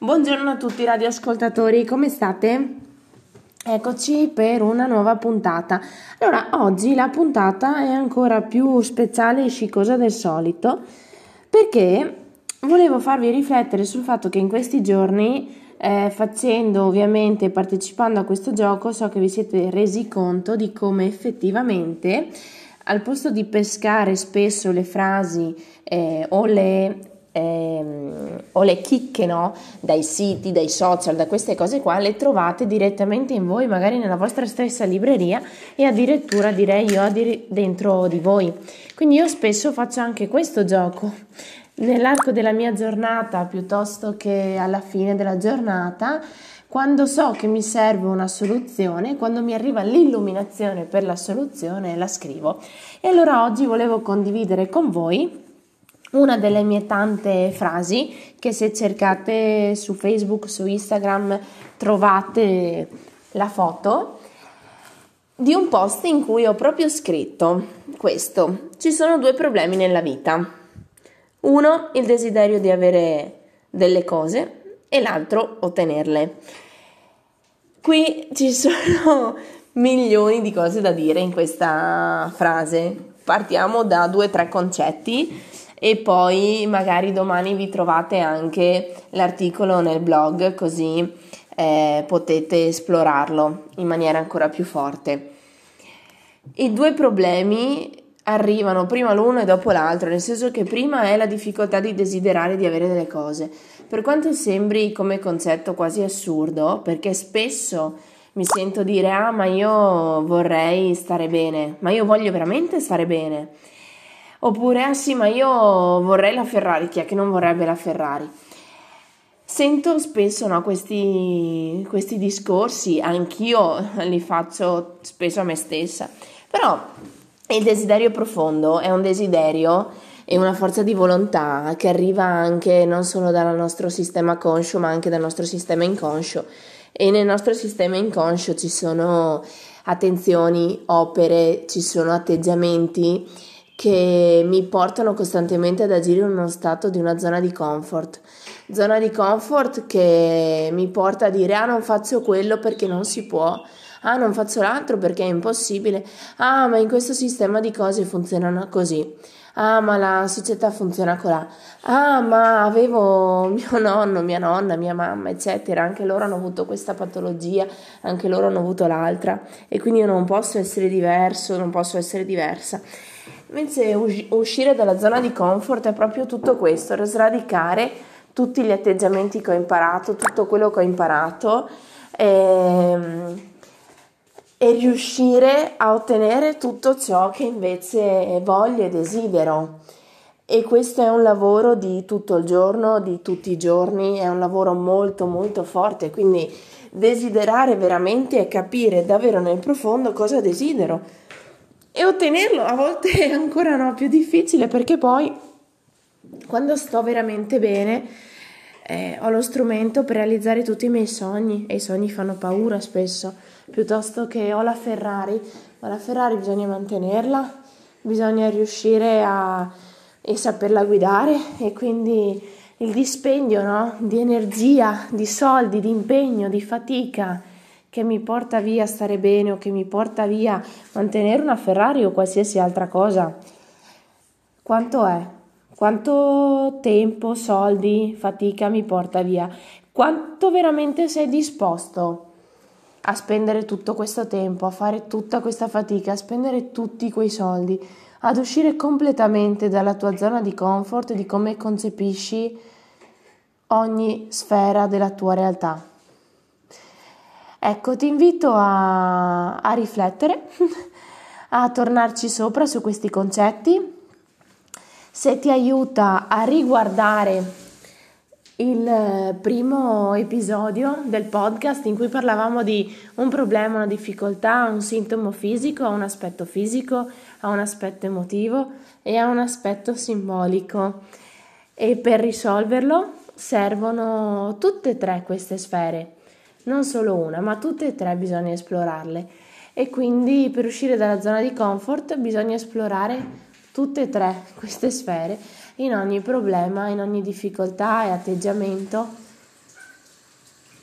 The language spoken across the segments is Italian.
Buongiorno a tutti radioascoltatori, come state? Eccoci per una nuova puntata. Allora, oggi la puntata è ancora più speciale e sciccosa del solito perché volevo farvi riflettere sul fatto che in questi giorni, facendo ovviamente partecipando a questo gioco, so che vi siete resi conto di come effettivamente al posto di pescare spesso le frasi o le chicche, no? Dai siti, dai social, da queste cose qua, le trovate direttamente in voi, magari nella vostra stessa libreria e addirittura direi io dentro di voi. Quindi io spesso faccio anche questo gioco nell'arco della mia giornata piuttosto che alla fine della giornata, quando so che mi serve una soluzione, quando mi arriva l'illuminazione per la soluzione, la scrivo. E allora oggi volevo condividere con voi una delle mie tante frasi che, se cercate su Facebook, su Instagram, trovate la foto di un post in cui ho proprio scritto questo: ci sono due problemi nella vita, uno il desiderio di avere delle cose e l'altro ottenerle. Qui ci sono milioni di cose da dire in questa frase. Partiamo da 2 o 3 concetti e poi magari domani vi trovate anche l'articolo nel blog, così potete esplorarlo in maniera ancora più forte. I 2 problemi arrivano prima l'uno e dopo l'altro, nel senso che prima è la difficoltà di desiderare di avere delle cose. Per quanto sembri come concetto quasi assurdo, perché spesso mi sento dire: ah, ma io vorrei stare bene, ma io voglio veramente stare bene. Oppure: ah sì, ma io vorrei la Ferrari, chi è che non vorrebbe la Ferrari? Sento spesso, no, questi discorsi, anch'io li faccio spesso a me stessa, però il desiderio profondo è un desiderio e una forza di volontà che arriva anche non solo dal nostro sistema conscio, ma anche dal nostro sistema inconscio. E nel nostro sistema inconscio ci sono attenzioni, opere, ci sono atteggiamenti che mi portano costantemente ad agire in uno stato di una zona di comfort che mi porta a dire: ah, non faccio quello perché non si può, ah, non faccio l'altro perché è impossibile, ah, ma in questo sistema di cose funzionano così, ah, ma la società funziona colà, ah, ma avevo mio nonno, mia nonna, mia mamma, eccetera, anche loro hanno avuto questa patologia, anche loro hanno avuto l'altra, e quindi io non posso essere diverso, non posso essere diversa. Invece uscire dalla zona di comfort è proprio tutto questo: sradicare tutti gli atteggiamenti che ho imparato, tutto quello che ho imparato, e riuscire a ottenere tutto ciò che invece voglio e desidero. E questo è un lavoro di tutto il giorno, di tutti i giorni, è un lavoro molto molto forte, quindi desiderare veramente è capire davvero nel profondo cosa desidero. E ottenerlo a volte è ancora più difficile, perché poi quando sto veramente bene ho lo strumento per realizzare tutti i miei sogni, e i sogni fanno paura spesso, piuttosto che ho la Ferrari, ma la Ferrari bisogna mantenerla, bisogna riuscire e saperla guidare, e quindi il dispendio, no? Di energia, di soldi, di impegno, di fatica che mi porta via stare bene, o che mi porta via mantenere una Ferrari o qualsiasi altra cosa, quanto è? Quanto tempo, soldi, fatica mi porta via? Quanto veramente sei disposto a spendere tutto questo tempo, a fare tutta questa fatica, a spendere tutti quei soldi, ad uscire completamente dalla tua zona di comfort, di come concepisci ogni sfera della tua realtà? Ecco, ti invito a riflettere, a tornarci sopra su questi concetti. Se ti aiuta a riguardare il primo episodio del podcast in cui parlavamo di un problema, una difficoltà, un sintomo fisico, a un aspetto fisico, a un aspetto emotivo e a un aspetto simbolico, e per risolverlo servono tutte e 3 queste sfere, non solo una, ma tutte e 3 bisogna esplorarle, e quindi per uscire dalla zona di comfort bisogna esplorare tutte e 3 queste sfere in ogni problema, in ogni difficoltà e atteggiamento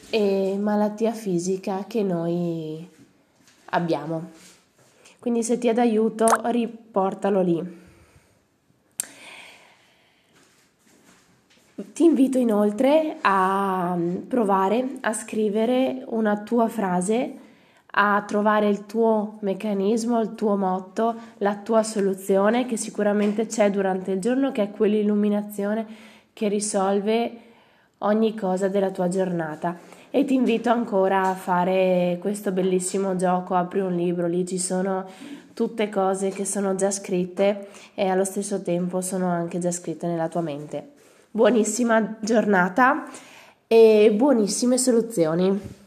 e malattia fisica che noi abbiamo. Quindi se ti è d'aiuto, riportalo lì. Ti invito inoltre a provare a scrivere una tua frase, a trovare il tuo meccanismo, il tuo motto, la tua soluzione che sicuramente c'è durante il giorno, che è quell'illuminazione che risolve ogni cosa della tua giornata. E ti invito ancora a fare questo bellissimo gioco, apri un libro, lì ci sono tutte cose che sono già scritte e allo stesso tempo sono anche già scritte nella tua mente. Buonissima giornata e buonissime soluzioni.